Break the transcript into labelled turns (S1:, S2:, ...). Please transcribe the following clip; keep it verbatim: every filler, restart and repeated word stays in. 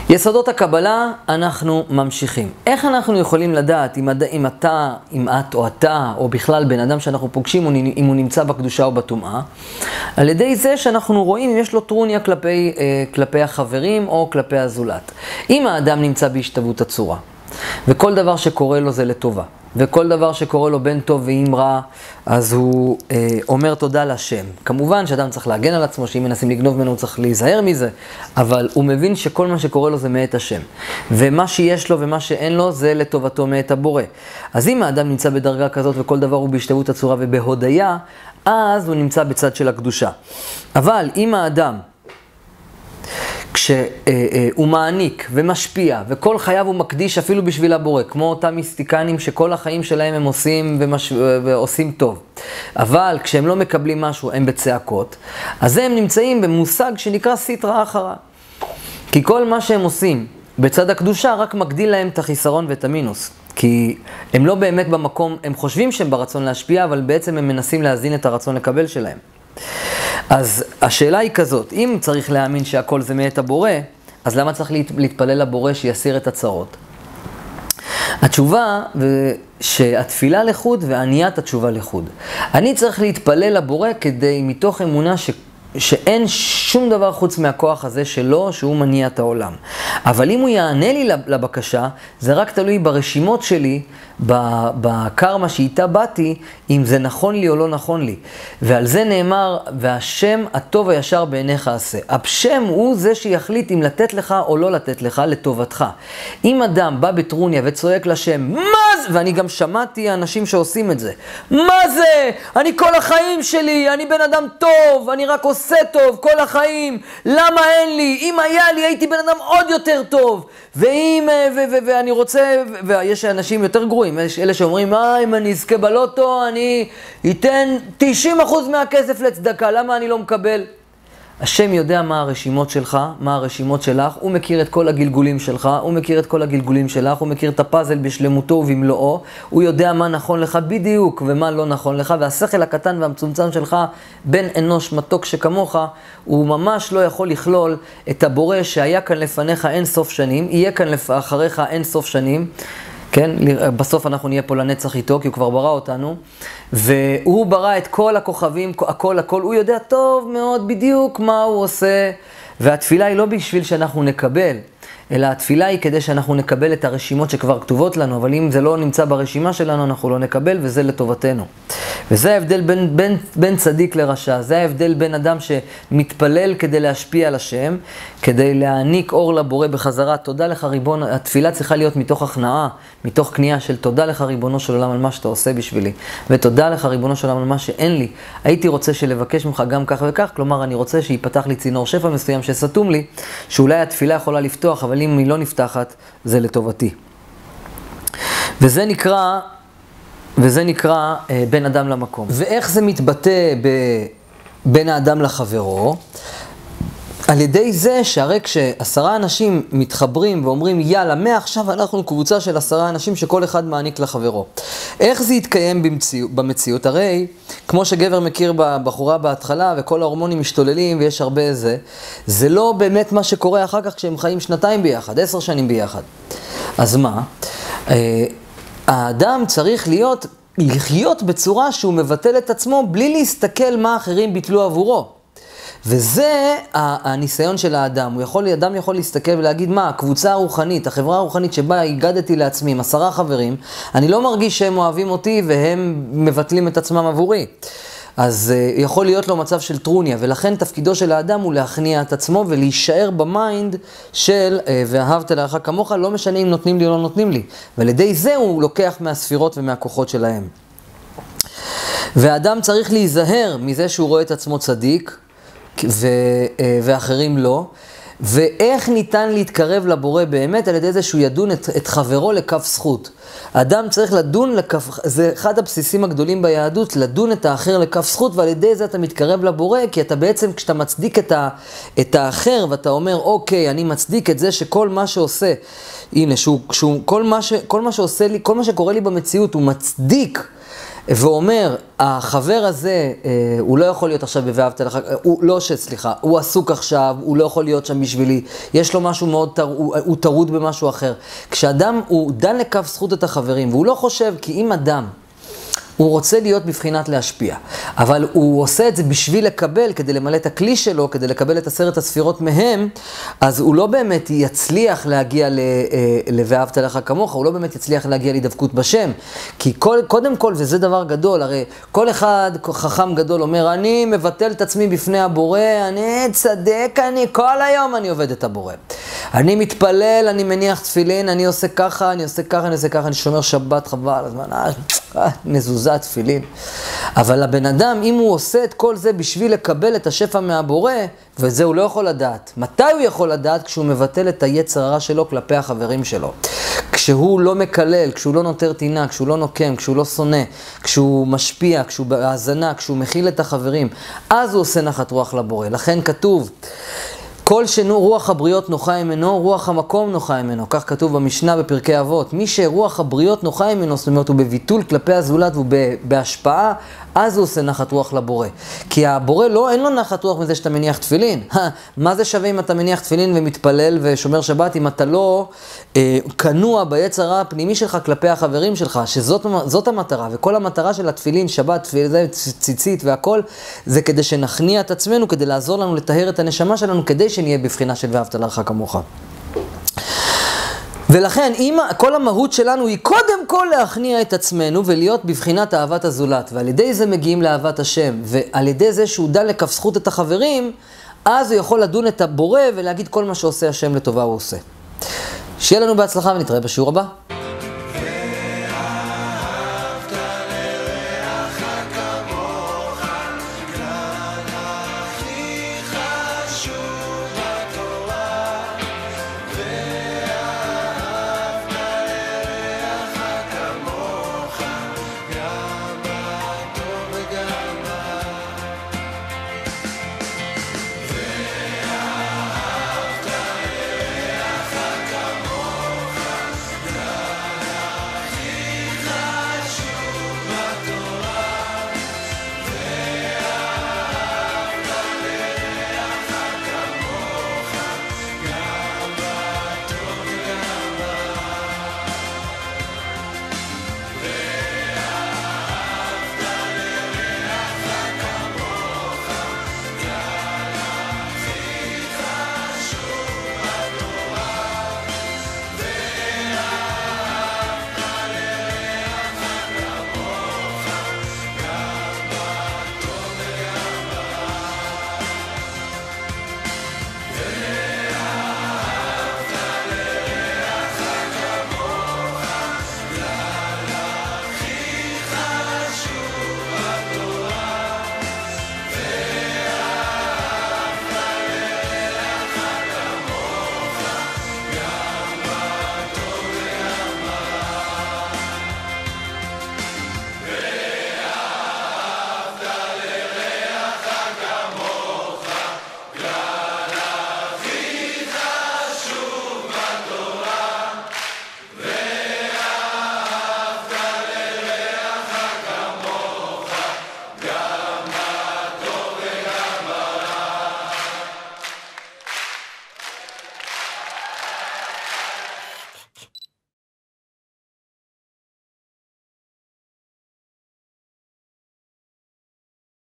S1: יסודות הקבלה, אנחנו ממשיכים. איך אנחנו יכולים לדעת אם, אם אתה, אם את או אתה, או בכלל בן אדם שאנחנו פוגשים, אם הוא נמצא בקדושה או בטומאה? על ידי זה שאנחנו רואים אם יש לו טרוניה כלפי, כלפי החברים או כלפי הזולת. אם האדם נמצא בהשתוות הצורה, וכל דבר שקורה לו זה לטובה, וכל דבר שקורה לו בין טוב ואם רע, אז הוא אה, אומר תודה לשם. כמובן שאדם צריך להגן על עצמו, שאם מנסים לגנוב ממנו הוא צריך להיזהר מזה, אבל הוא מבין שכל מה שקורה לו זה מאת השם. ומה שיש לו ומה שאין לו זה לטובתו מאת הבורא. אז אם האדם נמצא בדרגה כזאת וכל דבר הוא בהשתוות הצורה ובהודיה, אז הוא נמצא בצד של הקדושה. אבל אם האדם כשהוא מעניק ומשפיע, וכל חייו הוא מקדיש אפילו בשביל הבורא, כמו אותם מיסטיקנים שכל החיים שלהם הם עושים ומש... ועושים טוב. אבל כשהם לא מקבלים משהו, הם בצעקות, אז הם נמצאים במושג שנקרא סיטרא אחרא. כי כל מה שהם עושים בצד הקדושה רק מגדיל להם את החיסרון ואת המינוס. כי הם לא באמת במקום, הם חושבים שהם ברצון להשפיע, אבל בעצם הם מנסים להזין את הרצון לקבל שלהם. אז השאלה היא כזאת, אם צריך להאמין שהכל זה מאת הבורא, אז למה צריך להתפלל לבורא שיסיר את הצרות? התשובה שהתפילה לחוד ועניית התשובה לחוד. אני צריך להתפלל לבורא כדי מתוך אמונה ש... שאין שום דבר חוץ מהכוח הזה שלו, שהוא מניע את העולם. אבל אם הוא יענה לי לבקשה, זה רק תלוי ברשימות שלי, בקרמה שאיתה באתי, אם זה נכון לי או לא נכון לי. ועל זה נאמר, והשם הטוב הישר בעיניך עשה. השם הוא זה שיחליט אם לתת לך או לא לתת לך לטובתך. אם אדם בא בטרוניה וצועק לשם, מה זה? ואני גם שמעתי אנשים שעושים את זה. מה זה? אני כל החיים שלי, אני בן אדם טוב, אני רק עושה טוב כל החיים. למה אין לי? אם היה לי, הייתי בן אדם עוד יותר טוב. ואם, ואני רוצה, ויש אנשים יותר גרועים, יש אלה שאומרים, מה אם אני אזכה בלוטו, אני אתן תשעים אחוז מהכסף לצדקה, למה אני לא מקבל? השם יודע מה הרשימות שלך, מה הרשימות שלך, הוא מכיר את כל הגלגולים שלך, הוא מכיר את כל הגלגולים שלך, הוא מכיר את הפאזל בשלמותו ובמלואו, הוא יודע מה נכון לך בדיוק ומה לא נכון לך, והשכל הקטן והמצומצם שלך, בן אנוש מתוק שכמוך, הוא ממש לא יכול לכלול את הבורא שהיה כאן לפניך אין סוף שנים, יהיה כאן אחריך אין סוף שנים, כן? בסוף אנחנו נהיה פה לנצח איתו, כי הוא כבר ברא אותנו, והוא ברא את כל הכוכבים, הכל, הכל, הוא יודע טוב מאוד בדיוק מה הוא עושה, והתפילה היא לא בשביל שאנחנו נקבל, אלא התפילה היא כדי שאנחנו נקבל את הרשימות שכבר כתובות לנו, אבל אם זה לא נמצא ברשימה שלנו, אנחנו לא נקבל, וזה לטובתנו. וזה ההבדל בין, בין, בין צדיק לרשע, זה ההבדל בין אדם שמתפלל כדי להשפיע על השם, כדי להעניק אור לבורא בחזרה, תודה לך ריבון, התפילה צריכה להיות מתוך הכנעה, מתוך קנייה של תודה לך ריבונו של עולם על מה שאתה עושה בשבילי, ותודה לך ריבונו של עולם על מה שאין לי, הייתי רוצה שלבקש ממך גם כך וכך, כלומר אני רוצה שיפתח לי צינור שפע מסוים שסתום לי, שאולי התפילה יכולה לפתוח, אבל אם היא לא נפתחת, זה לטובתי. וזה נקרא, וזה נקרא אה, בין אדם למקום. ואיך זה מתבטא ב, בין האדם לחברו? על ידי זה שהרי כשעשרה אנשים מתחברים ואומרים יאללה, מעכשיו אנחנו קבוצה של עשרה אנשים שכל אחד מעניק לחברו. איך זה יתקיים במציאות? במציאות? הרי כמו שגבר מכיר בבחורה בהתחלה וכל ההורמונים משתוללים ויש הרבה זה, זה לא באמת מה שקורה אחר כך כשהם חיים שנתיים ביחד, עשר שנים ביחד. אז מה? האדם צריך להיות, לחיות בצורה שהוא מבטל את עצמו בלי להסתכל מה אחרים ביטלו עבורו. וזה הניסיון של האדם. הוא יכול, האדם יכול להסתכל ולהגיד, מה, הקבוצה הרוחנית, החברה הרוחנית שבה הגדתי לעצמי עם עשרה חברים, אני לא מרגיש שהם אוהבים אותי והם מבטלים את עצמם עבורי. אז uh, יכול להיות לו מצב של טרוניה, ולכן תפקידו של האדם הוא להכניע את עצמו ולהישאר במיינד של uh, ואהבת לרעך כמוך, לא משנה אם נותנים לי או לא נותנים לי. ועל ידי זה הוא לוקח מהספירות ומהכוחות שלהם. והאדם צריך להיזהר מזה שהוא רואה את עצמו צדיק, ו, ואחרים לא, ואיך ניתן להתקרב לבורא באמת על ידי זה שהוא ידון את, את חברו לכף זכות. האדם צריך לדון לכף, זה אחד הבסיסים הגדולים ביהדות, לדון את האחר לכף זכות, ועל ידי זה אתה מתקרב לבורא, כי אתה בעצם כשאתה מצדיק את, ה, את האחר, ואתה אומר אוקיי, אני מצדיק את זה שכל מה שעושה, הנה, שהוא, שהוא, כל, מה ש, כל מה שעושה לי, כל מה שקורה לי במציאות הוא מצדיק ואומר, החבר הזה, הוא לא יכול להיות עכשיו ב"ואהבת לרעך", הוא לא שסליחה, הוא עסוק עכשיו, הוא לא יכול להיות שם בשבילי, יש לו משהו מאוד, הוא, הוא טרוד במשהו אחר. כשאדם הוא דן לכף זכות את החברים, והוא לא חושב, כי אם אדם, הוא רוצה להיות בבחינת להשפיע, אבל הוא עושה את זה בשביל לקבל, כדי למלא את הכלי שלו, כדי לקבל את עשרת הספירות מהם, אז הוא לא באמת יצליח להגיע ל"ואהבת לרעך כמוך", הוא לא באמת יצליח להגיע לדבקות בשם. כי כל, קודם כל, וזה דבר גדול, הרי כל אחד חכם גדול אומר, אני מבטל את עצמי בפני הבורא, אני צדק, אני כל היום אני עובד את הבורא. אני מתפלל, אני מניח תפילין, אני עושה ככה, אני עושה ככה, אני עושה ככה, אני שומר שבת חבל, הזמן, אה, מזוזה תפילין. אבל הבן אדם, אם הוא עושה את כל זה בשביל לקבל את השפע מהבורא, וזה הוא לא יכול לדעת. מתי הוא יכול לדעת? כשהוא מבטל את היצר הרע שלו כלפי החברים שלו. כשהוא לא מקלל, כשהוא לא נותר טינה, כשהוא לא נוקם, כשהוא לא שונא, כשהוא משפיע, כשהוא בהאזנה, כשהוא מכיל את החברים, אז הוא עושה נחת רוח לבורא. לכן כתוב, כל שנו רוח הבריות נוחה ממנו, רוח המקום נוחה ממנו. כך כתוב במשנה בפרקי אבות. מי שרוח הבריות נוחה ממנו, זאת אומרת, הוא בביטול כלפי הזולת והוא בהשפעה, אז הוא עושה נחת רוח לבורא. כי הבורא לא, אין לו נחת רוח מזה שאתה מניח תפילין. מה זה שווה אם אתה מניח תפילין ומתפלל ושומר שבת, אם אתה לא אה, כנוע ביצר הרע הפנימי שלך כלפי החברים שלך, שזאת זאת המטרה. וכל המטרה של התפילין, שבת, תפילין, ציצית והכל, זה כדי שנכניע את עצמנו, כדי לעזור לנו לטהר את הנשמה שלנו, כדי שנהיה בבחינה של "ואהבת לרעך כמוך". ולכן, אם כל המהות שלנו היא קודם כל להכניע את עצמנו ולהיות בבחינת אהבת הזולת, ועל ידי זה מגיעים לאהבת השם, ועל ידי זה שהוא דן לכף זכות את החברים, אז הוא יכול לדון את הבורא ולהגיד כל מה שעושה השם לטובה הוא עושה. שיהיה לנו בהצלחה ונתראה בשיעור הבא.